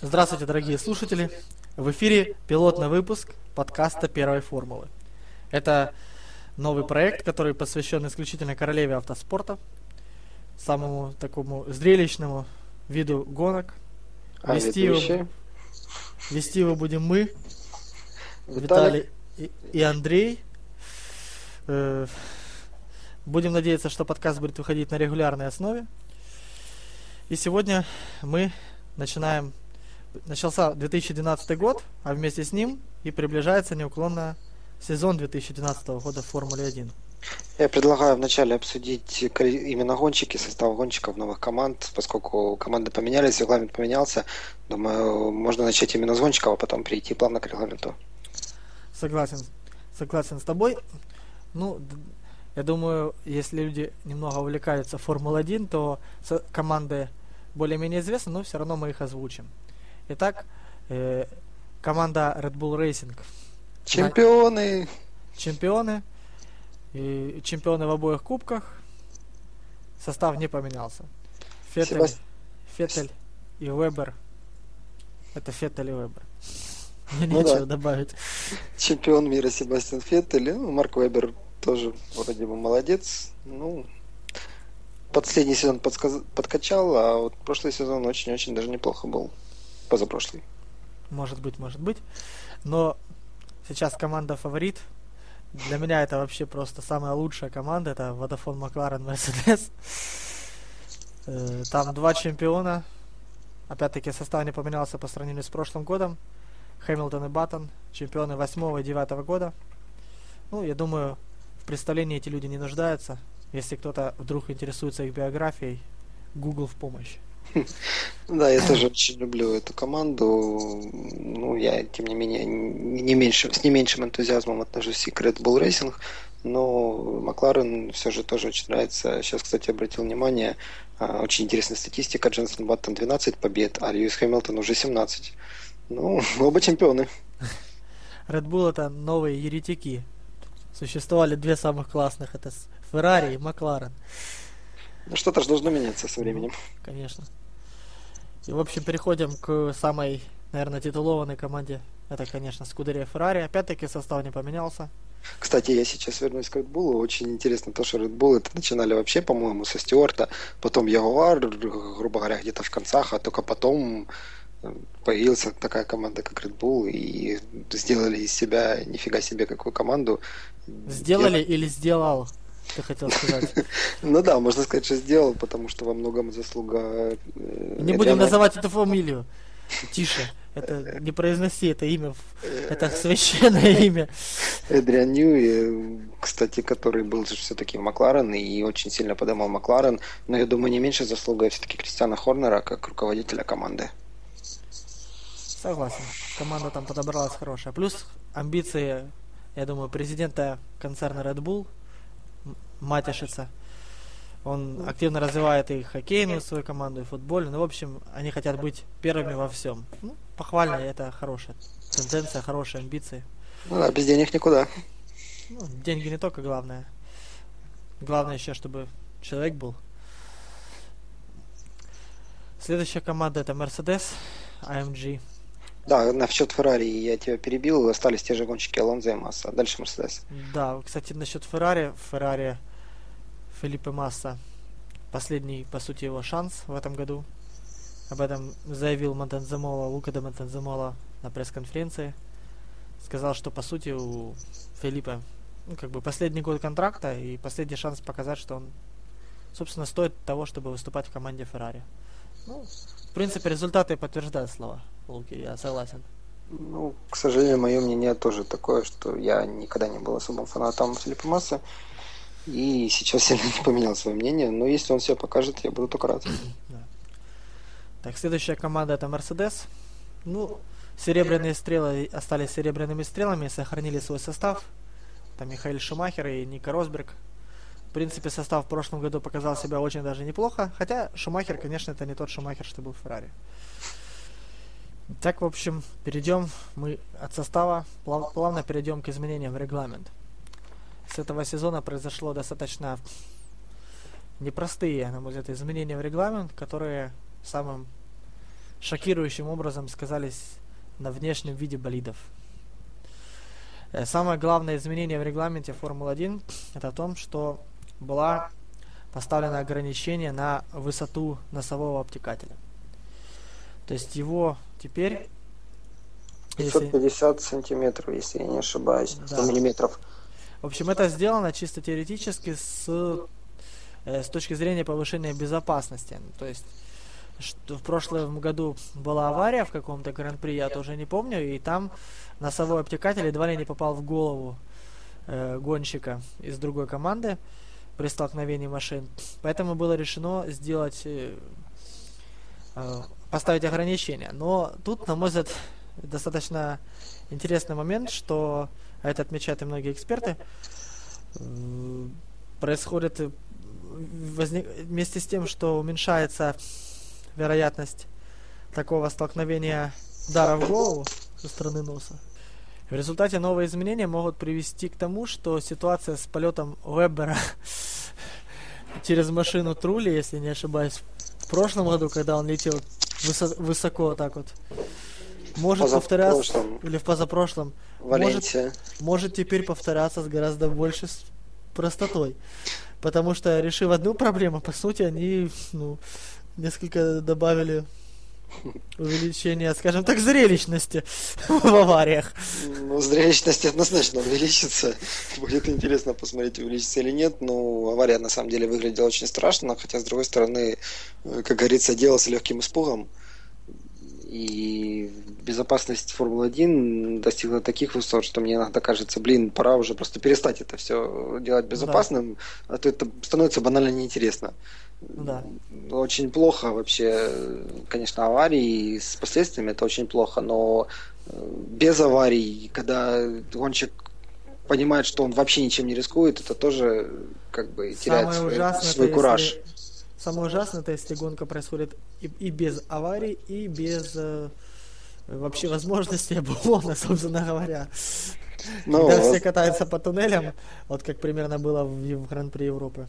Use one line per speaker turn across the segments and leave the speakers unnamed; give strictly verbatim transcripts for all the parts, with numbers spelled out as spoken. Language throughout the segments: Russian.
Здравствуйте, дорогие слушатели! В эфире пилотный выпуск подкаста «Первой формулы». Это новый проект, который посвящен исключительно королеве автоспорта, самому такому зрелищному виду гонок.
А
Вести его, вести его будем мы, Виталий, Виталий и, и Андрей. Э, будем надеяться, что подкаст будет выходить на регулярной основе. И сегодня мы начинаем... Начался две тысячи двенадцатый год, а вместе с ним и приближается неуклонно сезон две тысячи двенадцатого года в Формуле один.
Я предлагаю вначале обсудить именно гонщики, состав гонщиков новых команд, поскольку команды поменялись, регламент поменялся. Думаю, можно начать именно с гонщиков, а потом перейти плавно к регламенту.
Согласен, согласен с тобой. Ну, я думаю, если люди немного увлекаются Формулой один, то команды более-менее известны, но все равно мы их озвучим. Итак, э, команда Red Bull Racing.
Чемпионы!
Чемпионы. И чемпионы в обоих кубках. Состав не поменялся. Феттель, Себаст... Феттель и Вебер. Это Феттель и Вебер. Мне ну нечего да. добавить.
Чемпион мира Себастьян Феттель. Ну, Марк Вебер тоже вроде бы молодец. Ну, последний сезон подсказ... подкачал, а вот прошлый сезон очень-очень даже неплохо был. Позапрошлый.
Может быть, может быть. Но сейчас команда фаворит. Для меня это вообще просто самая лучшая команда. Это Vodafone McLaren Mercedes. Там два чемпиона. Опять-таки состав не поменялся по сравнению с прошлым годом. Хэмилтон и Баттон. Чемпионы восьмого и девятого года. Ну, я думаю, в представлении эти люди не нуждаются. Если кто-то вдруг интересуется их биографией, Google в помощь.
Да, я тоже очень люблю эту команду. Ну, я, тем не менее, не меньше, с не меньшим энтузиазмом отношусь и к Red Bull Racing, но Макларен все же тоже очень нравится. Сейчас, кстати, обратил внимание, очень интересная статистика. Дженсен Баттон двенадцать побед, а Льюис Хэмилтон уже семнадцать. Ну, оба чемпионы.
Red Bull это новые еретики. Существовали две самых классных, это Феррари и Макларен.
Ну, что-то же должно меняться со временем.
Конечно. И, в общем, переходим к самой, наверное, титулованной команде. Это, конечно, Скудерия Феррари. Опять-таки состав не поменялся.
Кстати, я сейчас вернусь к Red Bull. Очень интересно то, что Red Bull это начинали вообще, по-моему, со Стюарта. Потом Ягуар, грубо говоря, где-то в концах. А только потом появилась такая команда, как Red Bull. И сделали из себя, нифига себе, какую команду.
Сделали я... или сделал? Ты хотел сказать.
Ну да, можно сказать, что сделал, потому что во многом заслуга...
Не будем называть эту фамилию. Тише. Это не произноси это имя. Это священное имя.
Эдриан Ньюи, кстати, который был же все-таки в Макларен и очень сильно поднимал Макларен. Но я думаю, не меньше заслуга все-таки Кристиана Хорнера, как руководителя команды.
Согласен. Команда там подобралась хорошая. Плюс амбиции, я думаю, президента концерна Red Bull Матишица. Он активно развивает и хоккейную свою команду, и футбольную. Ну, в общем, они хотят быть первыми во всем. Ну, похвально, это хорошая тенденция, хорошие амбиции.
Ну да, без денег никуда.
Ну, деньги не только главное. Главное еще, чтобы человек был. Следующая команда это Mercedes эй эм джи.
Да, насчет Феррари я тебя перебил, остались те же гонщики Алонсо и Масса. А дальше Мерседес.
Да, кстати, насчет Феррари. Феррари Фелипе Масса. Последний, по сути, его шанс в этом году. Об этом заявил Монтенземола, Лука де Монтенземола на пресс-конференции. Сказал, что, по сути, у Фелипе ну, как бы последний год контракта и последний шанс показать, что он, собственно, стоит того, чтобы выступать в команде Феррари. Ну, в принципе, результаты подтверждают слова Луки, я согласен.
Ну, к сожалению, мое мнение тоже такое, что я никогда не был особым фанатом Фелипе Массы. И сейчас сильно не поменял свое мнение. Но если он все покажет, я буду только рад.
Да. Так, следующая команда это Mercedes. Ну, серебряные стрелы остались серебряными стрелами, сохранили свой состав. Там Михаэль Шумахер и Ника Росберг. В принципе, состав в прошлом году показал себя очень даже неплохо. Хотя Шумахер, конечно, это не тот Шумахер, что был в Феррари. Так, в общем, перейдем мы от состава, плав, плавно перейдем к изменениям в регламент. С этого сезона произошло достаточно непростые, на мой взгляд, изменения в регламент, которые самым шокирующим образом сказались на внешнем виде болидов. Самое главное изменение в регламенте Формулы один это в том, что была поставлено ограничение на высоту носового обтекателя. То есть его теперь...
пятьсот пятьдесят если... сантиметров, если я не ошибаюсь,
да.
сто миллиметров.
В общем, это сделано чисто теоретически с, э, с точки зрения повышения безопасности. То есть что в прошлом году была авария в каком-то гран-при, я тоже не помню, и там носовой обтекатель едва ли не попал в голову э, гонщика из другой команды при столкновении машин. Поэтому было решено сделать, э, э, поставить ограничения. Но тут, на мой взгляд, достаточно интересный момент, что, а это отмечают и многие эксперты, э, происходит возник, вместе с тем, что уменьшается вероятность такого столкновения удара в голову со стороны носа. В результате новые изменения могут привести к тому, что ситуация с полетом Веббера через машину Трули, если не ошибаюсь, в прошлом году, когда он летел высо- высоко так вот, может повторяться, или в позапрошлом, может, может теперь повторяться с гораздо большей простотой. Потому что, решив одну проблему, по сути, они, ну, несколько добавили увеличение, скажем так, зрелищности в авариях.
Ну, зрелищность однозначно увеличится. Будет интересно посмотреть, увеличится или нет. Но авария на самом деле выглядела очень страшно, хотя, с другой стороны, как говорится, дело с легким испугом. И безопасность Формулы один достигла таких высот, что мне иногда кажется, блин, пора уже просто перестать это все делать безопасным, да. А то это становится банально неинтересно.
Да.
Очень плохо вообще, конечно, аварии с последствиями, это очень плохо, но без аварий, когда гонщик понимает, что он вообще ничем не рискует, это тоже как бы теряет свой, свой кураж.
Если... Самое ужасное, это если гонка происходит и, и без аварий, и без э, вообще возможности обгона, собственно говоря. Но когда все катаются по туннелям, вот как примерно было в, в Гран-при Европы.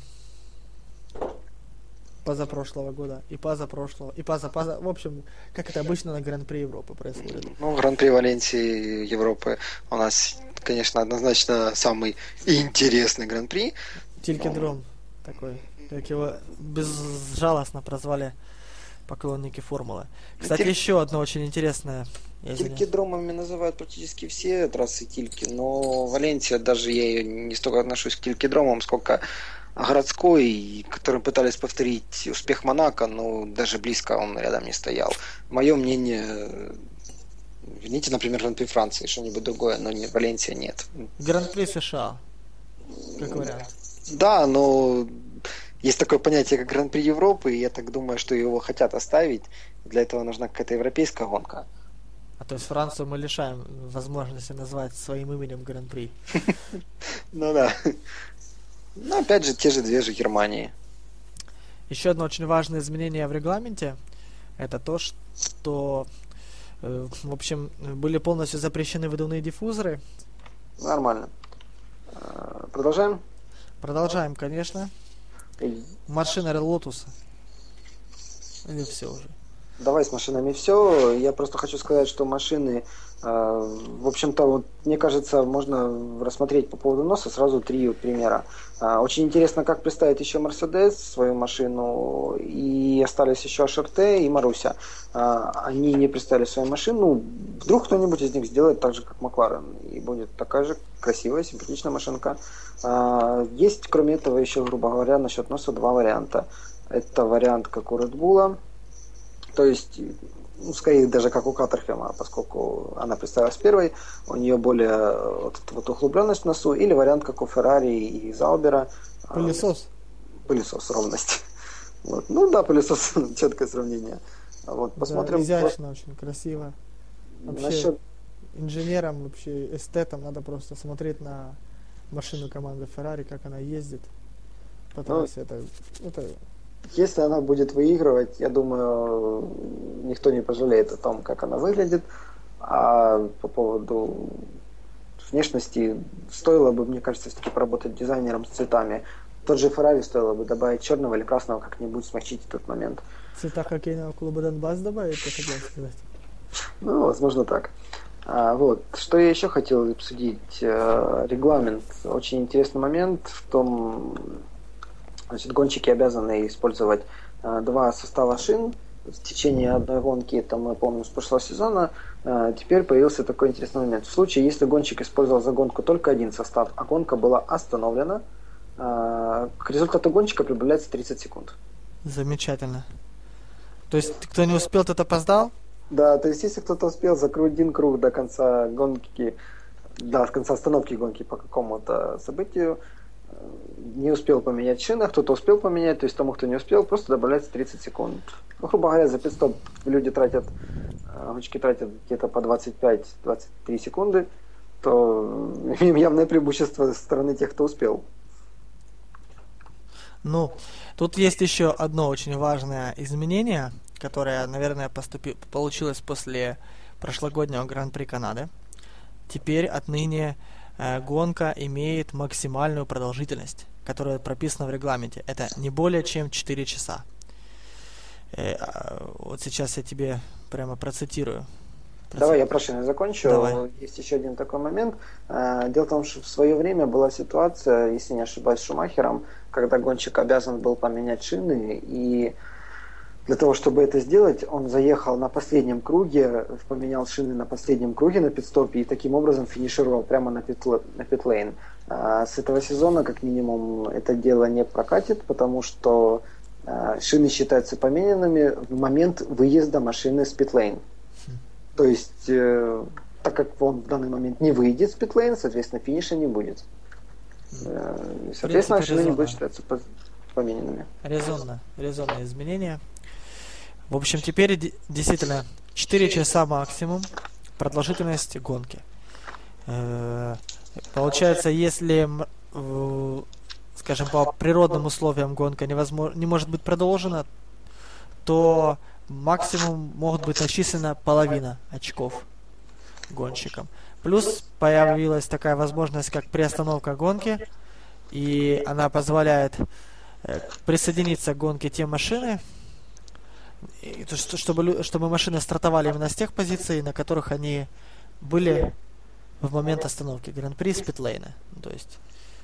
Позапрошлого года, и позапрошлого, и поза-поза, в общем, как это обычно на Гран-при Европы происходит.
Ну, Гран-при Валенсии Европы у нас, конечно, однозначно самый интересный Гран-при.
Тилькидром Но... такой, как его безжалостно прозвали поклонники формулы. Кстати, Тиль... еще одно очень интересное.
Тилькидромами называют практически все трассы Тильки, но Валенсия, даже я ее не столько отношусь к Тилькидромам, сколько городской, которым пытались повторить успех Монако, но даже близко он рядом не стоял. Мое мнение, верните, например, Гран-при Франции, что-нибудь другое, но не, Валенсия нет.
Гран-при США, как вариант.
Да, но есть такое понятие, как Гран-при Европы, и я так думаю, что его хотят оставить. Для этого нужна какая-то европейская гонка.
А то есть Францию мы лишаем возможности назвать своим именем Гран-при.
Ну да. Но опять же, те же две же Германии.
Еще одно очень важное изменение в регламенте это то, что э, в общем, были полностью запрещены выдувные диффузоры.
Нормально. Продолжаем?
Продолжаем, конечно. Машина Lotus. Или все уже?
Давай с машинами все. Я просто хочу сказать, что машины, э, в общем-то, вот, мне кажется, можно рассмотреть по поводу носа сразу три примера. Э, очень интересно, как представить еще Mercedes свою машину, и остались еще эйч ар ти и Маруся. Э, они не представили свою машину. Вдруг кто-нибудь из них сделает так же, как Макларен, и будет такая же красивая, симпатичная машинка. Э, есть, кроме этого, еще, грубо говоря, насчет носа два варианта. Это вариант, как у Red Bull. То есть, ну, скорее даже как у Каттерхема, поскольку она представилась первой, у нее более вот, вот углубленность в носу, или вариант как у Феррари и Заубера.
Пылесос.
Пылесос, ровность. Вот. Ну да, пылесос, четкое сравнение. Вот, посмотрим.
Да, изящно, очень красиво. Вообще,
Насчет...
инженерам, вообще эстетам надо просто смотреть на машину команды Феррари, как она ездит. Потому ну... что это... это...
Если она будет выигрывать, я думаю, никто не пожалеет о том, как она выглядит. А по поводу внешности, стоило бы, мне кажется, все-таки поработать дизайнером с цветами. Тот же Ferrari стоило бы добавить черного или красного, как-нибудь смягчить этот момент.
цвета хоккейного клуба Донбасс добавить, ты хотел сказать?
Ну, возможно, так. А, вот. Что я еще хотел обсудить? Э, регламент. Очень интересный момент в том, значит, гонщики обязаны использовать э, два состава шин в течение одной гонки, это мы помним с прошлого сезона. Э, теперь появился такой интересный момент. В случае, если гонщик использовал за гонку только один состав, а гонка была остановлена, э, к результату гонщика прибавляется тридцать секунд.
Замечательно. То есть, кто не успел, тот опоздал?
Да, то есть если кто-то успел за один круг до конца гонки, да, с конца остановки гонки по какому-то событию, не успел поменять шины, кто-то успел поменять, то есть тому, кто не успел, просто добавляется тридцать секунд. Ну, грубо говоря, за пит-стоп люди тратят, гонщики тратят где-то по двадцать пять - двадцать три секунды, то имеем явное преимущество со стороны тех, кто успел.
Ну, тут есть еще одно очень важное изменение, которое, наверное, поступи... получилось после прошлогоднего Гран-при Канады. Теперь отныне э, гонка имеет максимальную продолжительность, которая прописана в регламенте. Это не более чем четыре часа. Э, э, вот сейчас я тебе прямо процитирую.
Давай я прошу, закончу.
Давай.
Есть еще один такой момент. Дело в том, что в свое время была ситуация, если не ошибаюсь, с Шумахером, когда гонщик обязан был поменять шины, и для того, чтобы это сделать, он заехал на последнем круге, поменял шины на последнем круге на пит-стопе и таким образом финишировал прямо на пит-лейн. С этого сезона, как минимум, это дело не прокатит, потому что шины считаются поменянными в момент выезда машины с пит-лейн. То есть, э, так как он в данный момент не выйдет с пит-лейн, соответственно, финиша не будет. Э, соответственно, шины не будут считаться поменянными.
Резонно. Резонное изменение. В общем, теперь действительно четыре часа максимум продолжительность гонки. Э, получается, если, э, скажем, по природным условиям гонка невозможно, не может быть продолжена, то максимум могут быть начислена половина очков гонщикам. Плюс появилась такая возможность, как приостановка гонки, и она позволяет э, присоединиться к гонке те машины, и, то, что, чтобы, чтобы машины стартовали именно с тех позиций, на которых они были в момент остановки Гран-при с питлейна. То есть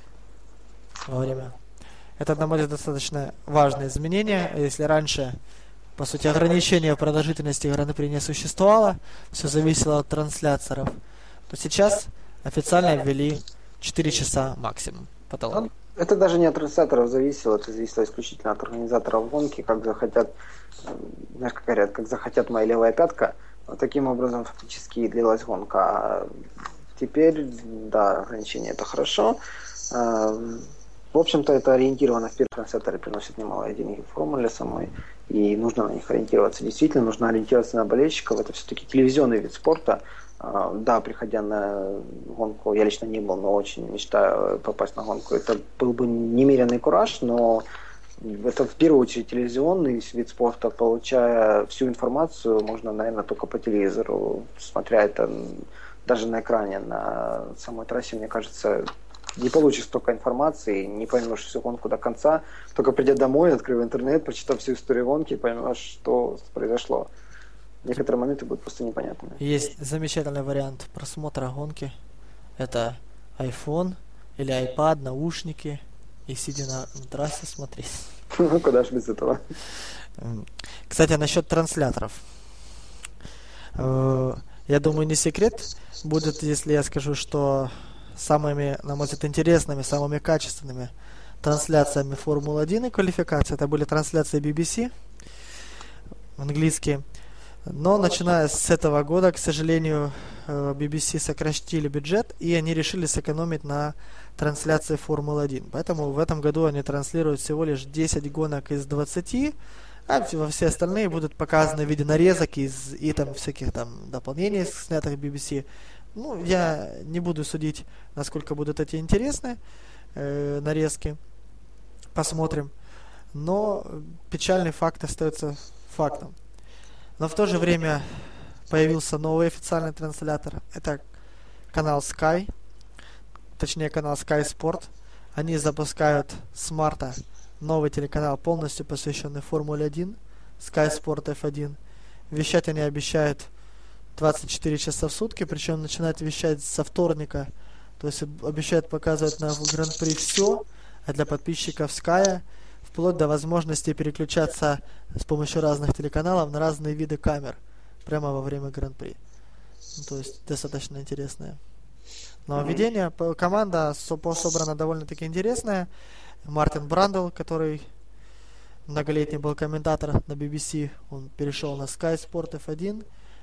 во время. Это, на мой взгляд, достаточно важное изменение. Если раньше, по сути, ограничения продолжительности Гран-при не существовало, все зависело от трансляторов, то сейчас официально ввели четыре часа максимум потолок.
Это даже не от трансляторов зависело, это зависело исключительно от организаторов гонки, как захотят, знаешь, как говорят, как захотят моя левая пятка, вот таким образом фактически и длилась гонка. А теперь, да, ограничения это хорошо. В общем-то, это ориентировано вперед, трансляторы приносят немалые деньги в формуле самой, и нужно на них ориентироваться. Действительно, нужно ориентироваться на болельщиков, это все-таки телевизионный вид спорта. Да, приходя на гонку, я лично не был, но очень мечтаю попасть на гонку. Это был бы немеренный кураж, но это в первую очередь телевизионный вид спорта. Получая всю информацию, можно, наверное, только по телевизору, смотря это даже на экране, на самой трассе, мне кажется, не получишь столько информации, не поймешь всю гонку до конца. Только придя домой, открыв интернет, прочитав всю историю гонки, поймешь, что произошло. Некоторые моменты будут просто непонятными.
Есть замечательный вариант просмотра гонки. Это iPhone или iPad, наушники, и сидя на, на трассе смотреть.
Ну, куда ж без этого.
Кстати, насчет трансляторов. Я думаю, не секрет будет, если я скажу, что самыми, на мой взгляд, интересными, самыми качественными трансляциями Формулы один и квалификации это были трансляции би би си английские. Но начиная с этого года, к сожалению, би би си сократили бюджет, и они решили сэкономить на трансляции Формулы один. Поэтому в этом году они транслируют всего лишь десять гонок из двадцати, а все остальные будут показаны в виде нарезок из, и там всяких там дополнений, снятых би би си. Ну, я не буду судить, насколько будут эти интересны э, нарезки. Посмотрим. Но печальный факт остается фактом. Но в то же время появился новый официальный транслятор. Это канал Sky, точнее канал Sky Sport. Они запускают с марта новый телеканал, полностью посвященный Формуле один. Sky Sport эф один. Вещать они обещают двадцать четыре часа в сутки, причем начинают вещать со вторника. То есть обещают показывать на Гран-при все, а для подписчиков Sky вплоть до возможности переключаться с помощью разных телеканалов на разные виды камер прямо во время Гран-при. Ну, то есть достаточно интересное нововведение. Команда собрана довольно-таки интересная. Мартин Брандл, который многолетний был комментатор на би би си, он перешел на Sky Sport эф один.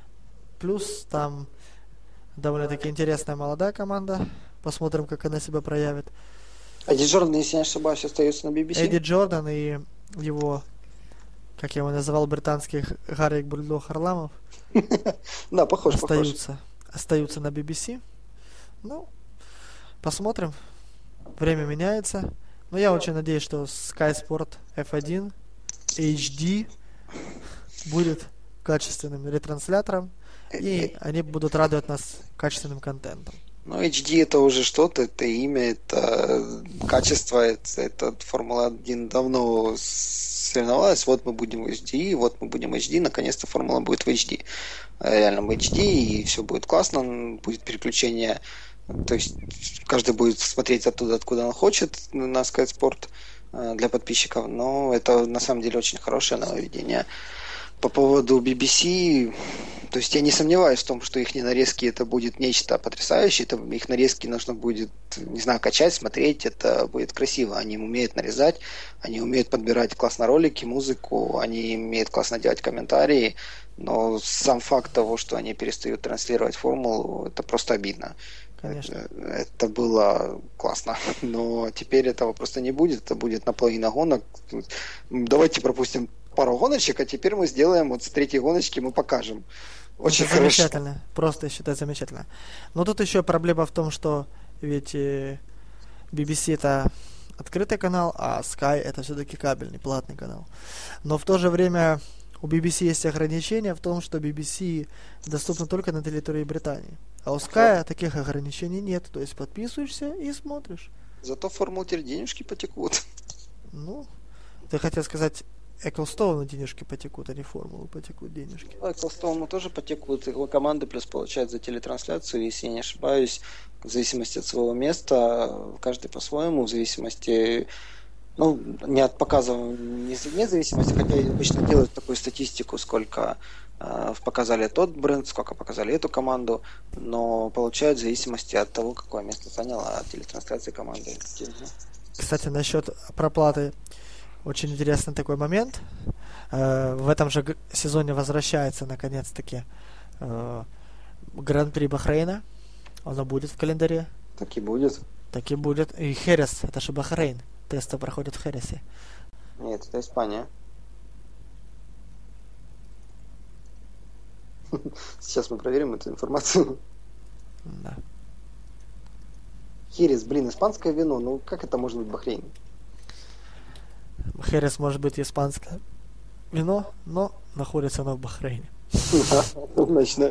Плюс там довольно-таки интересная молодая команда. Посмотрим, как она себя проявит.
Эдди Джордан, если не ошибаюсь, остается на би би си.
Эдди Джордан и его, как я его называл, британский Гарик Бульдог Харламов.
Да, похож,
остаются, остаются на би би си. Ну, посмотрим. Время меняется. Но я очень надеюсь, что Sky Sport эф один эйч ди будет качественным ретранслятором. И они будут радовать нас качественным контентом.
Ну, эйч ди это уже что-то, это имя, это качество, это, это Формула один давно соревновалась, вот мы будем в эйч ди, вот мы будем в эйч ди, наконец-то Формула будет в эйч ди. Реально в эйч ди, и все будет классно, будет переключение, то есть каждый будет смотреть оттуда, откуда он хочет, на Sky Sport для подписчиков, но это на самом деле очень хорошее нововведение. По поводу би би си, то есть я не сомневаюсь в том, что их нарезки это будет нечто потрясающее, это их нарезки нужно будет, не знаю, качать, смотреть, это будет красиво. Они умеют нарезать, они умеют подбирать классно ролики, музыку, они умеют классно делать комментарии, но сам факт того, что они перестают транслировать формулу, это просто обидно.
Конечно.
Это, это было классно, но теперь этого просто не будет, это будет наполовину гонок. Давайте пропустим пару гоночек, а теперь мы сделаем вот с третьей гоночки, мы покажем. Очень
это
хорошо.
Замечательно, просто считаю замечательно. Но тут еще проблема в том, что ведь би би си это открытый канал, а Sky это все-таки кабельный, платный канал. Но в то же время у би би си есть ограничения в том, что би би си доступна только на территории Британии. А у Sky таких ограничений нет. То есть подписываешься и смотришь.
Зато в формулу теперь денежки потекут.
Ну, ты хотел сказать, Эклстоуну денежки потекут, а не формулу потекут денежки.
Эклстоуну тоже потекут. Его команды плюс получают за телетрансляцию, если я не ошибаюсь, в зависимости от своего места, каждый по-своему, в зависимости, ну, не от показа вне зависимости, хотя обычно делают такую статистику, сколько э, показали тот бренд, сколько показали эту команду, но получают в зависимости от того, какое место заняла телетрансляция команды.
Кстати, насчет проплаты. Очень интересный такой момент. Э, в этом же г- сезоне возвращается наконец-таки э, Гран-при Бахрейна. Оно будет в календаре.
Так и будет.
Так и будет. И Херес, это же Бахрейн. Тесты проходят в Хересе.
Нет, это Испания. Сейчас мы проверим эту информацию.
Да.
Херес, блин, испанское вино. Ну как это может быть Бахрейн?
Херес может быть испанское вино, но находится оно в Бахрейне.
Однозначно.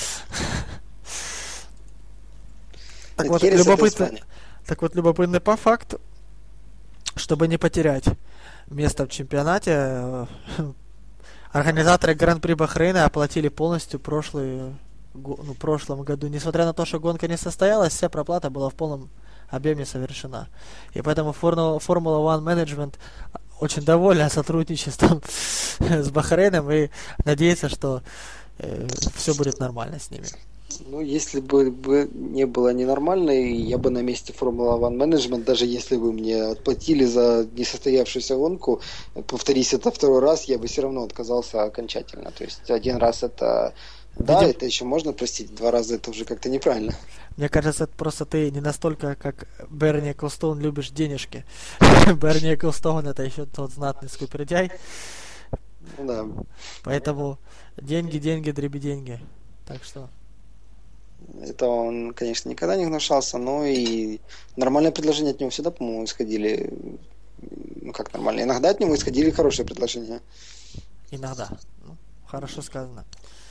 Так вот, любопытно, так вот, любопытный по факту, чтобы не потерять место в чемпионате, организаторы Гран-при Бахрейна оплатили полностью прошлый, ну, в прошлом году. Несмотря на то, что гонка не состоялась, вся проплата была в полном объеме совершена. И поэтому Формула One Management очень довольна сотрудничеством с Бахрейном и надеется, что э, все будет нормально с ними.
Ну, если бы, бы не было ненормально, я бы на месте Формула One Management, даже если бы мне отплатили за несостоявшуюся гонку, повторись это второй раз, я бы все равно отказался окончательно. То есть один раз это... Да, Видим... это еще можно простить, два раза это уже как-то неправильно.
Мне кажется, это просто ты не настолько, как Берни Эклстоун, любишь денежки. Берни Эклстоун это еще тот знатный скупердяй.
Ну да.
Поэтому деньги, деньги, дребеденьги. Так что...
Это он, конечно, никогда не гнушался, но и нормальные предложения от него всегда, по-моему, исходили. Ну как нормально? Иногда от него исходили хорошие предложения.
Иногда. Ну, хорошо сказано.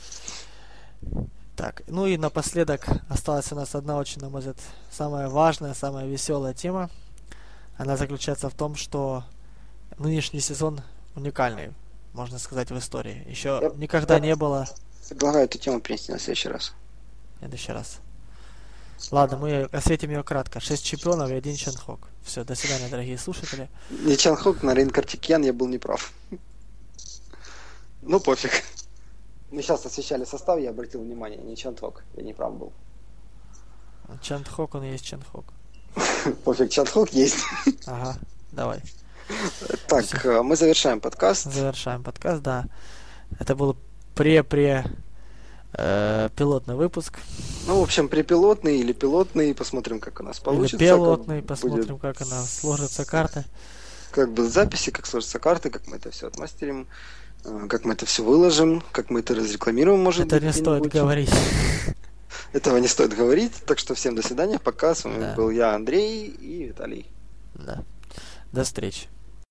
Так, ну и напоследок осталась у нас одна очень, на мой взгляд, самая важная, самая веселая тема. Она заключается в том, что нынешний сезон уникальный можно сказать, в истории. Еще
Я-
никогда
я-
не было
Предлагаю эту тему принести на следующий раз.
в следующий раз. Ладно, мы осветим ее кратко. Шесть чемпионов и один Чанхок. Все, до свидания, дорогие слушатели.
Не Чанхок, на Рейн Картикьян я был неправ. Ну, пофиг. Мы сейчас освещали состав, я обратил внимание, не Чанхок, я не прав был.
Чанхок, он и есть Чанхок.
Пофиг, Чанхок есть.
Ага, давай.
Так, э, мы завершаем подкаст.
Завершаем подкаст, да. Это был пре-пре э, пилотный выпуск.
Ну, в общем, припилотный или пилотный, посмотрим, как у нас получится.
Или пилотный,
как
посмотрим,
будет,
как она сложится карта.
как будут записи, как сложатся карты, как мы это все отмастерим, э, как мы это все выложим, как мы это разрекламируем, может
Это
быть.
не стоит
где-нибудь.
говорить.
Этого не стоит говорить. Так что всем до свидания. Пока. С вами
Да.
был я, Андрей, и Виталий.
Да. До встречи.